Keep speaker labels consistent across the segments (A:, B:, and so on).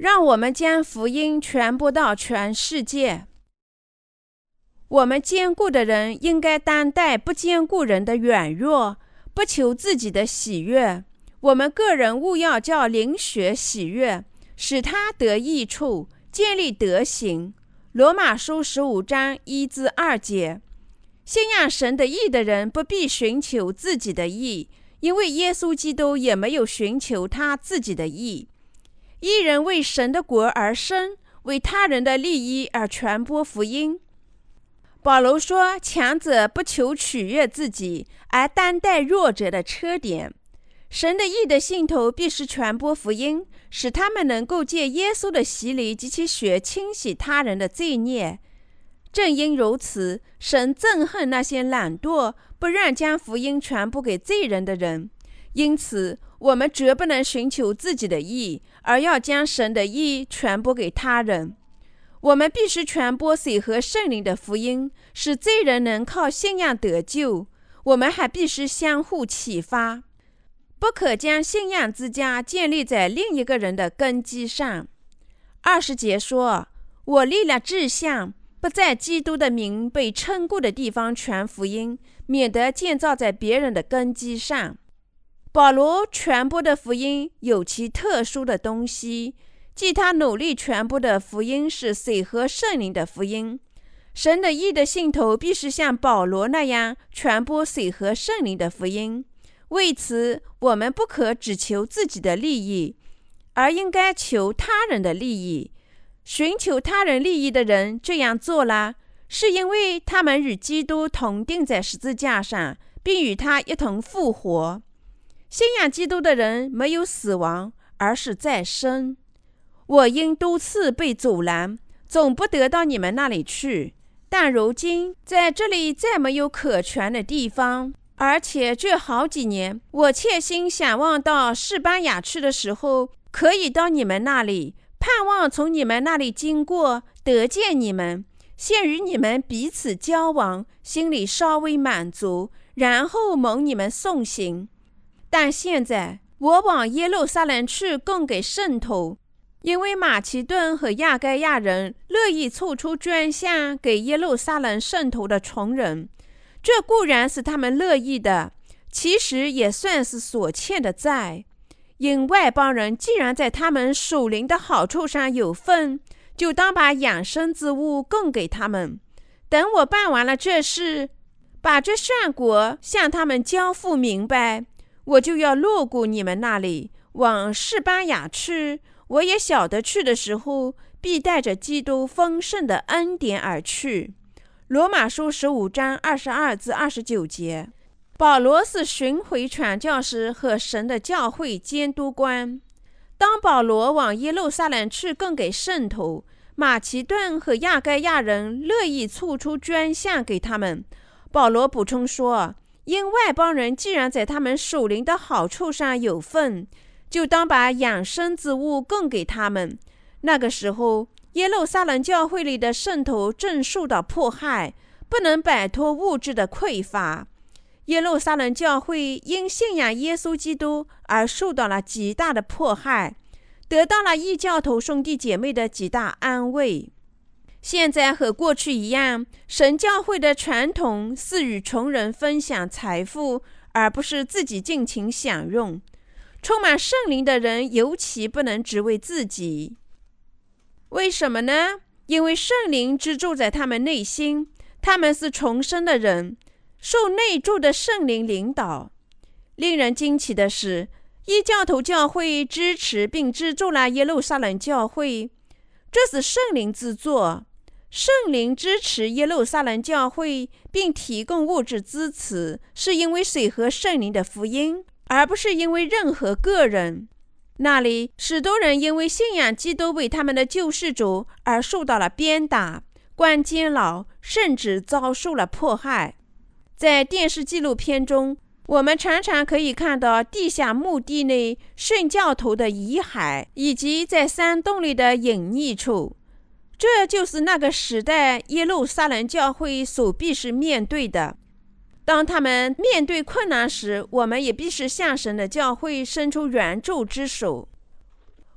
A: 让我们将福音传播到全世界。我们坚固的人应该担待不坚固人的软弱，不求自己的喜悦。我们个人务要叫灵学喜悦，使他得益处，建立德行。罗马书15章1至2节。信仰神的义的人不必寻求自己的义，因为耶稣基督也没有寻求他自己的义。义人为神的国而生，为他人的利益而传播福音。保罗说，强者不求取悦自己，而担待弱者的缺点。神的义的信徒必须传播福音，使他们能够借耶稣的洗礼及其血清洗他人的罪孽。正因如此，神憎恨那些懒惰不让将福音传播给罪人的人。因此，我们绝不能寻求自己的义，而要将神的义传播给他人。我们必须传播水和圣灵的福音，使罪人能靠信仰得救。我们还必须相互启发，不可将信仰之家建立在另一个人的根基上。20节说，我立了志向，不在基督的名被称过的地方传福音，免得建造在别人的根基上。保罗传播的福音有其特殊的东西，即他努力传播的福音是水和圣灵的福音。神的义的信徒必须像保罗那样传播水和圣灵的福音。为此，我们不可只求自己的利益，而应该求他人的利益。寻求他人利益的人这样做了，是因为他们与基督同钉在十字架上，并与他一同复活。信仰基督的人没有死亡，而是再生。我因多次被阻拦，总不得到你们那里去，但如今在这里再没有可传的地方，而且这好几年，我切心想望到士班牙去的时候，可以到你们那里，盼望从你们那里经过，得见你们，先与你们彼此交往，心里稍微满足，然后蒙你们送行。但现在我往耶路撒冷去供给圣徒，因为马其顿和亚该亚人乐意凑出捐项给耶路撒冷圣徒的穷人。这固然是他们乐意的，其实也算是所欠的债。因外邦人既然在他们属灵的好处上有份，就当把养生之物供给他们。等我办完了这事，把这善果向他们交付明白，我就要路过你们那里，往士班牙去。我也晓得去的时候，必带着基督丰盛的恩典而去。罗马书15章22至29节。保罗是巡回传教士和神的教会监督官。当保罗往耶路撒冷去供给圣徒，马其顿和亚该亚人乐意凑出捐项给他们。保罗补充说，因外邦人既然在他们属灵的好处上有份，就当把养生之物供给他们。那个时候，耶路撒冷教会里的圣徒正受到迫害，不能摆脱物质的匮乏。耶路撒冷教会因信仰耶稣基督而受到了极大的迫害，得到了异教徒兄弟姐妹的极大安慰。现在和过去一样，神教会的传统是与穷人分享财富，而不是自己尽情享用。充满圣灵的人尤其不能只为自己。为什么呢？因为圣灵居住在他们内心，他们是重生的人，受内住的圣灵领导。令人惊奇的是，异教徒教会支持并资助了耶路撒冷教会，这是圣灵之作。圣灵支持耶路撒冷教会并提供物质支持，是因为水和圣灵的福音，而不是因为任何个人。那里许多人因为信仰基督为他们的救世主而受到了鞭打、关监牢，甚至遭受了迫害。在电视纪录片中，我们常常可以看到地下墓地内殉教徒的遗骸，以及在山洞里的隐匿处。这就是那个时代耶路撒冷教会所必须面对的。当他们面对困难时，我们也必须向神的教会伸出援助之手。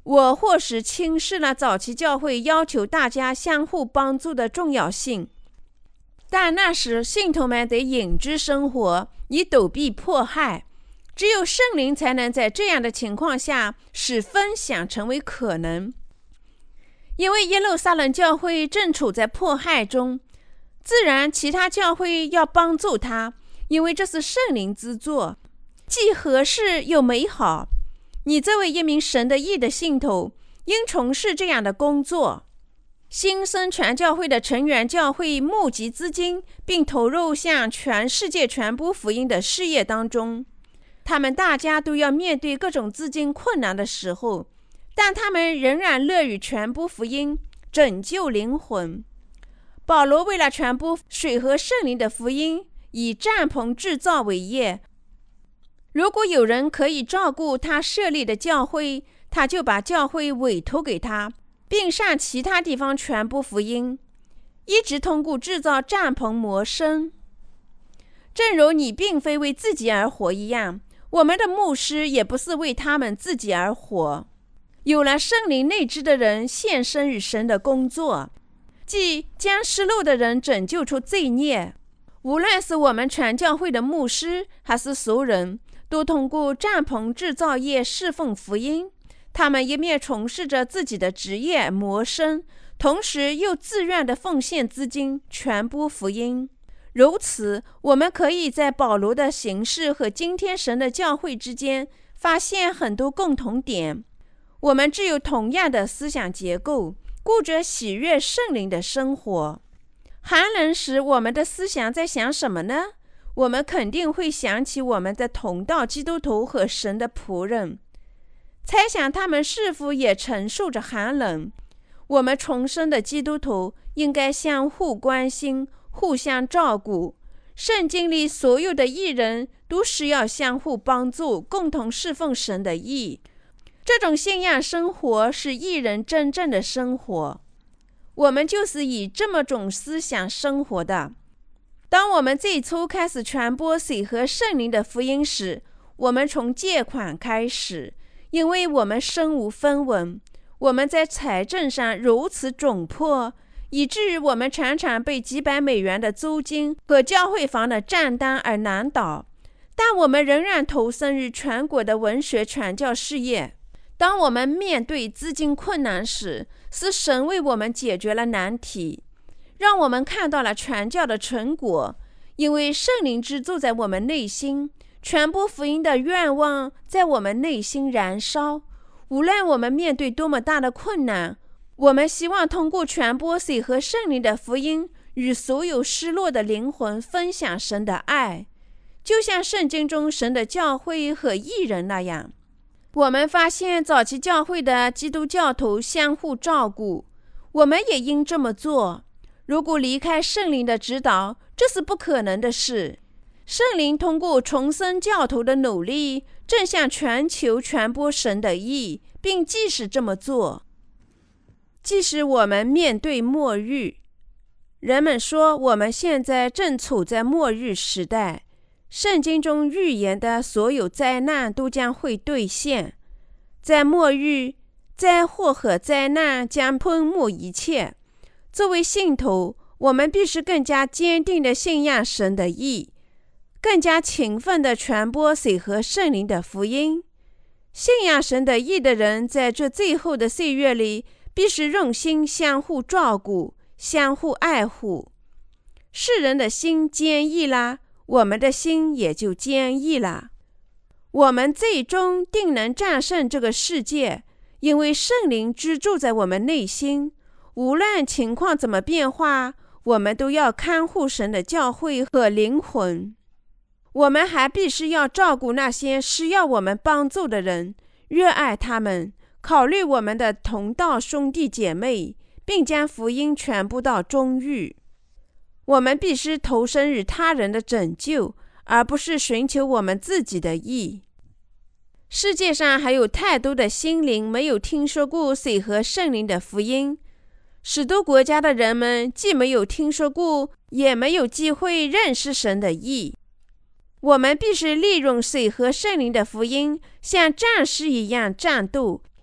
A: 我或许轻视了早期教会要求大家相互帮助的重要性，但那时信徒们得隐居生活，以躲避迫害。只有圣灵才能在这样的情况下使分享成为可能。因为耶路撒冷教会正处在迫害中，自然其他教会要帮助他，因为这是圣灵之作，既合适又美好。你这位一名神的义的信徒应从事这样的工作。新生全教会的成员教会募集资金，并投入向全世界传播福音的事业当中。他们大家都要面对各种资金困难的时候，但他们仍然乐于传播福音，拯救灵魂。保罗为了传播水和圣灵的福音，以帐篷制造为业。如果有人可以照顾他设立的教会，他就把教会委托给他，并上其他地方传播福音，一直通过制造帐篷谋生。正如你并非为自己而活一样，我们的牧师也不是为他们自己而活。有了圣灵内知的人献身于神的工作，即将失落的人拯救出罪孽。无论是我们传教会的牧师还是俗人，都通过帐篷制造业侍奉福音。他们一面从事着自己的职业谋生，同时又自愿地奉献资金传播福音。如此，我们可以在保罗的行事和今天神的教会之间发现很多共同点。我们具有同样的思想结构，过着喜悦圣灵的生活。寒冷时，我们的思想在想什么呢？我们肯定会想起我们的同道基督徒和神的仆人，猜想他们是否也承受着寒冷。我们重生的基督徒应该相互关心，互相照顾。圣经里所有的义人都需要相互帮助，共同侍奉神的义。这种信仰生活是义人真正的生活。我们就是以这么种思想生活的。当我们最初开始传播水和圣灵的福音时，我们从借款开始，因为我们身无分文，我们在财政上如此窘迫，以至于我们常常被几百美元的租金和教会房的账单而难倒。但我们仍然投身于全国的文学传教事业。当我们面对资金困难时，是神为我们解决了难题，让我们看到了传教的成果。因为圣灵之住在我们内心，传播福音的愿望在我们内心燃烧。无论我们面对多么大的困难，我们希望通过传播水和圣灵的福音，与所有失落的灵魂分享神的爱，就像圣经中神的教会和义人那样。我们发现早期教会的基督教徒相互照顾，我们也应这么做。如果离开圣灵的指导，这是不可能的事。圣灵通过重生教徒的努力，正向全球传播神的义，并即使这么做。即使我们面对末日，人们说我们现在正处在末日时代，圣经中预言的所有灾难都将会兑现。在末日，灾祸和灾难将喷没一切。作为信徒，我们必须更加坚定地信仰神的义，更加勤奋地传播水和圣灵的福音。信仰神的义的人在这最后的岁月里，必须用心相互照顾，相互爱护。世人的心坚毅啦，我们的心也就坚毅了。我们最终定能战胜这个世界，因为圣灵居住在我们内心。无论情况怎么变化，我们都要看护神的教会和灵魂。我们还必须要照顾那些需要我们帮助的人，热爱他们，考虑我们的同道兄弟姐妹，并将福音传播到中域。我们必须投身于他人的拯救，而不是寻求我们自己的义。世界上还有太多的心灵没有听说过水和圣灵的福音，许多国家的人们既没有听说过，也没有机会认识神的义。我们必须利用水和圣灵的福音，像战士一样战斗，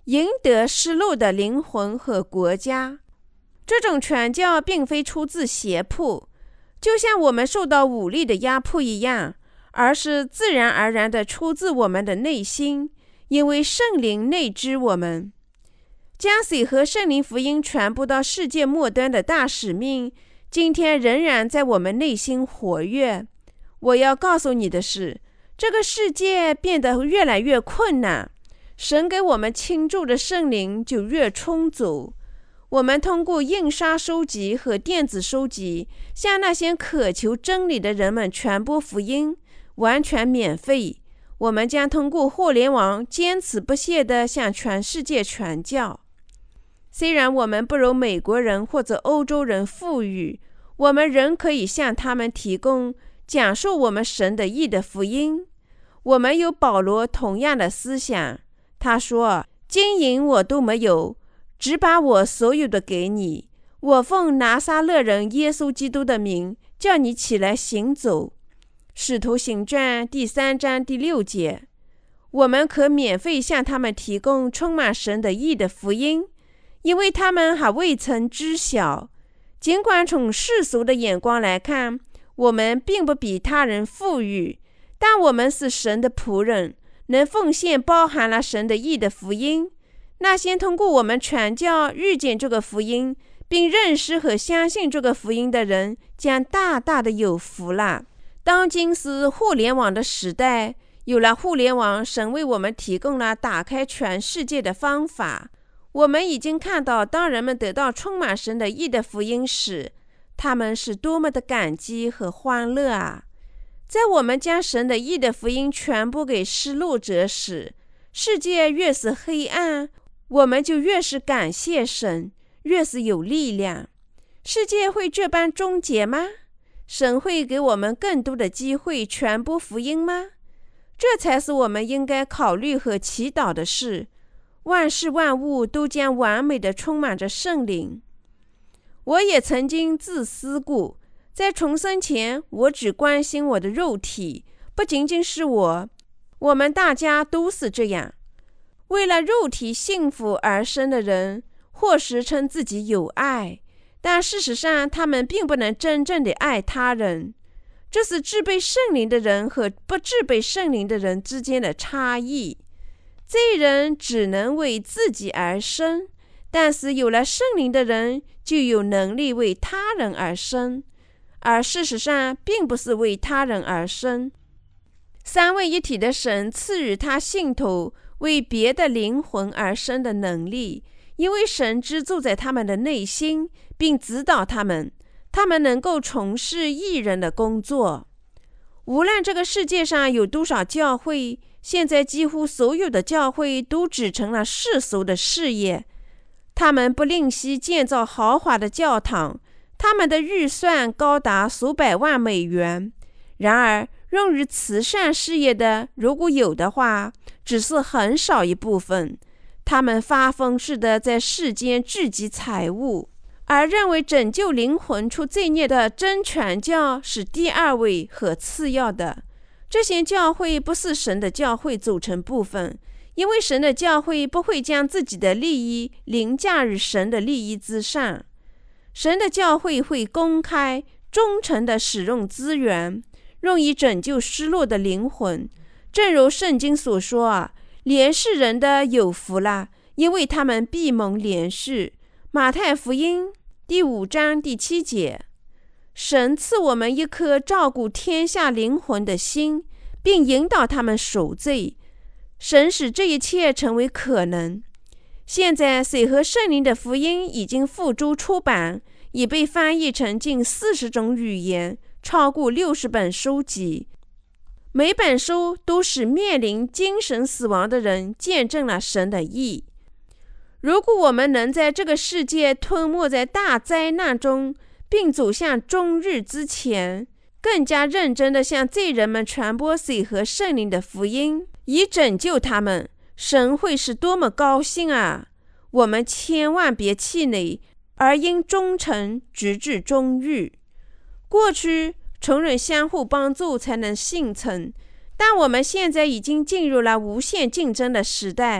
A: 赢得失落的灵魂和国家。这种传教并非出自胁迫，就像我们受到武力的压迫一样，而是自然而然地出自我们的内心，因为圣灵内知我们。将水和圣灵福音传播到世界末端的大使命，今天仍然在我们内心活跃。我要告诉你的是，这个世界变得越来越困难，神给我们倾注的圣灵就越充足。我们通过印刷书籍和电子书籍，向那些渴求真理的人们传播福音，完全免费。我们将通过互联网坚持不懈地向全世界传教。虽然我们不如美国人或者欧洲人富裕，我们仍可以向他们提供讲述我们神的义的福音。我们有保罗同样的思想，他说：金银我都没有，只把我所有的给你。我奉拿撒勒人耶稣基督的名，叫你起来行走。使徒行传第3章第6节。我们可免费向他们提供充满神的义的福音，因为他们还未曾知晓。尽管从世俗的眼光来看，我们并不比他人富裕，但我们是神的仆人，能奉献包含了神的义的福音。那些通过我们传教遇见这个福音，并认识和相信这个福音的人，将大大的有福了。当今是互联网的时代，有了互联网，神为我们提供了打开全世界的方法。我们已经看到，当人们得到充满神的义的福音时，他们是多么的感激和欢乐啊！在我们将神的义的福音传播给失落者时，世界越是黑暗，我们就越是感谢神，越是有力量。世界会这般终结吗？神会给我们更多的机会传播福音吗？这才是我们应该考虑和祈祷的事。万事万物都将完美地充满着圣灵。我也曾经自私过，在重生前，我只关心我的肉体，不仅仅是我们大家都是这样。为了肉体幸福而生的人，或时称自己有爱，但事实上他们并不能真正的爱他人。这是具备圣灵的人和不具备圣灵的人之间的差异。罪人只能为自己而生，但是有了圣灵的人就有能力为他人而生，而事实上并不是为他人而生。三位一体的神赐予他信徒为别的灵魂而生的能力，因为神居住在他们的内心，并指导他们能够从事义人的工作。无论这个世界上有多少教会，现在几乎所有的教会都只成了世俗的事业。他们不吝惜建造豪华的教堂，他们的预算高达数百万美元。然而用于慈善事业的，如果有的话，只是很少一部分。他们发疯似的在世间聚集财物，而认为拯救灵魂出罪孽的真传教是第二位和次要的。这些教会不是神的教会组成部分，因为神的教会不会将自己的利益凌驾于神的利益之上。神的教会会公开、忠诚地使用资源，用以拯救失落的灵魂。正如圣经所说怜悯人的有福了，因为他们必蒙怜悯。马太福音第5章第7节。神赐我们一颗照顾天下灵魂的心，并引导他们赎罪。神使这一切成为可能。现在水和圣灵的福音已经付诸出版，已被翻译成近40种语言，超过60本书籍。每本书都使面临精神死亡的人见证了神的义。如果我们能在这个世界吞没在大灾难中，并走向终日之前，更加认真地向罪人们传播水和圣灵的福音，以拯救他们，神会是多么高兴啊！我们千万别气馁，而应忠诚直至终日。过去穷人相互帮助才能幸存，但我们现在已经进入了无限竞争的时代，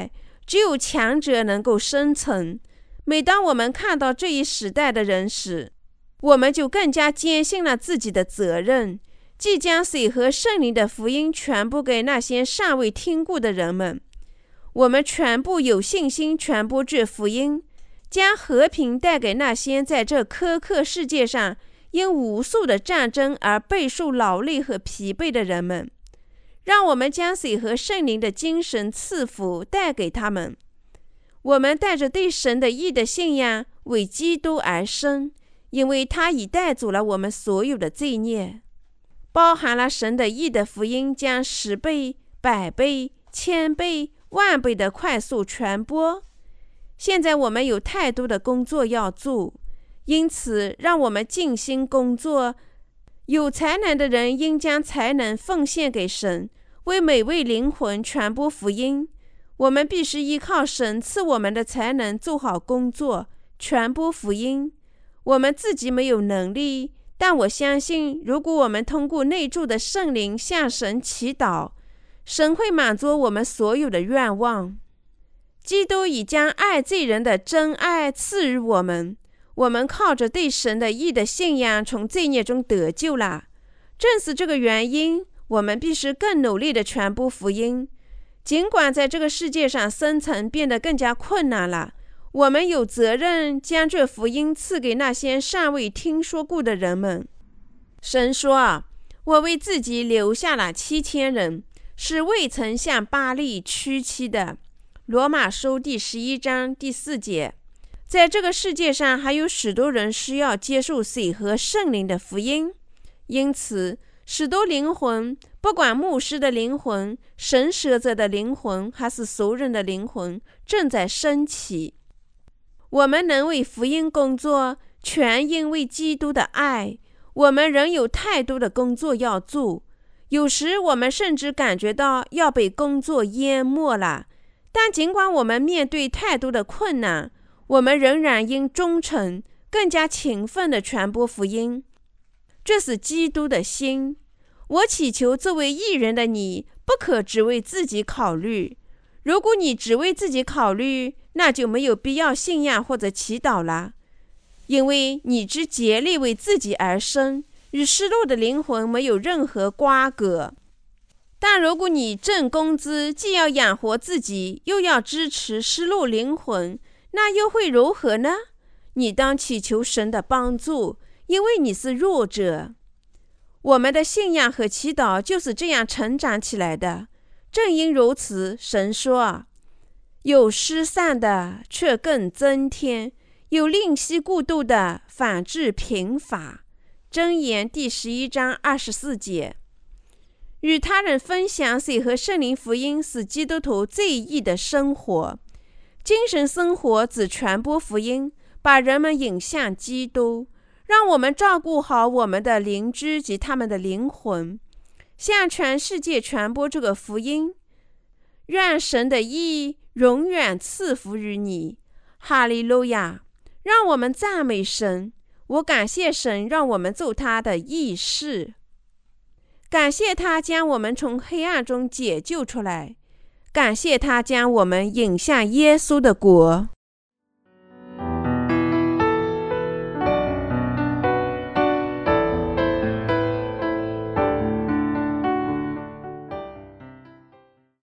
A: 只有强者能够生存。每当我们看到这一时代的人时，我们就更加坚信了自己的责任，即将水和圣灵的福音传播给那些尚未听过的人们。我们全部有信心传播这福音，将和平带给那些在这苛刻世界上因无数的战争而备受劳累和疲惫的人们。让我们将水和圣灵的精神赐福带给他们。我们带着对神的义的信仰为基督而生，因为他已带走了我们所有的罪孽。包含了神的义的福音将10倍、100倍、1000倍、10000倍的快速传播。现在我们有太多的工作要做，因此让我们尽心工作。有才能的人应将才能奉献给神，为每位灵魂传播福音。我们必须依靠神赐我们的才能做好工作，传播福音。我们自己没有能力，但我相信，如果我们通过内住的圣灵向神祈祷，神会满足我们所有的愿望。基督已将爱罪人的真爱赐予我们，我们靠着对神的义的信仰从罪孽中得救了。正是这个原因，我们必须更努力地传播福音。尽管在这个世界上生存变得更加困难了，我们有责任将这福音赐给那些尚未听说过的人们。神说，我为自己留下了7000人，是未曾向巴力屈膝的。罗马书第11章第4节。在这个世界上还有许多人需要接受水和圣灵的福音，因此许多灵魂，不管牧师的灵魂、神舍者的灵魂还是俗人的灵魂，正在升起。我们能为福音工作，全因为基督的爱。我们仍有太多的工作要做，有时我们甚至感觉到要被工作淹没了。但尽管我们面对太多的困难，我们仍然应忠诚、更加勤奋地传播福音。这是基督的心。我祈求作为义人的你，不可只为自己考虑。如果你只为自己考虑，那就没有必要信仰或者祈祷了，因为你之竭力为自己而生，与失落的灵魂没有任何瓜葛。但如果你挣工资，既要养活自己，又要支持失落灵魂，那又会如何呢？你当祈求神的帮助，因为你是弱者。我们的信仰和祈祷就是这样成长起来的。正因如此，神说，有失散的却更增添，有吝惜过度的反致贫乏。箴言第11章24节。与他人分享水和圣灵福音是基督徒最义的生活。精神生活只传播福音，把人们引向基督。让我们照顾好我们的邻居及他们的灵魂，向全世界传播这个福音。愿神的义永远赐福于你。哈利路亚！让我们赞美神。我感谢神让我们做他的义士，感谢他将我们从黑暗中解救出来，感谢他将我们引向耶稣的国。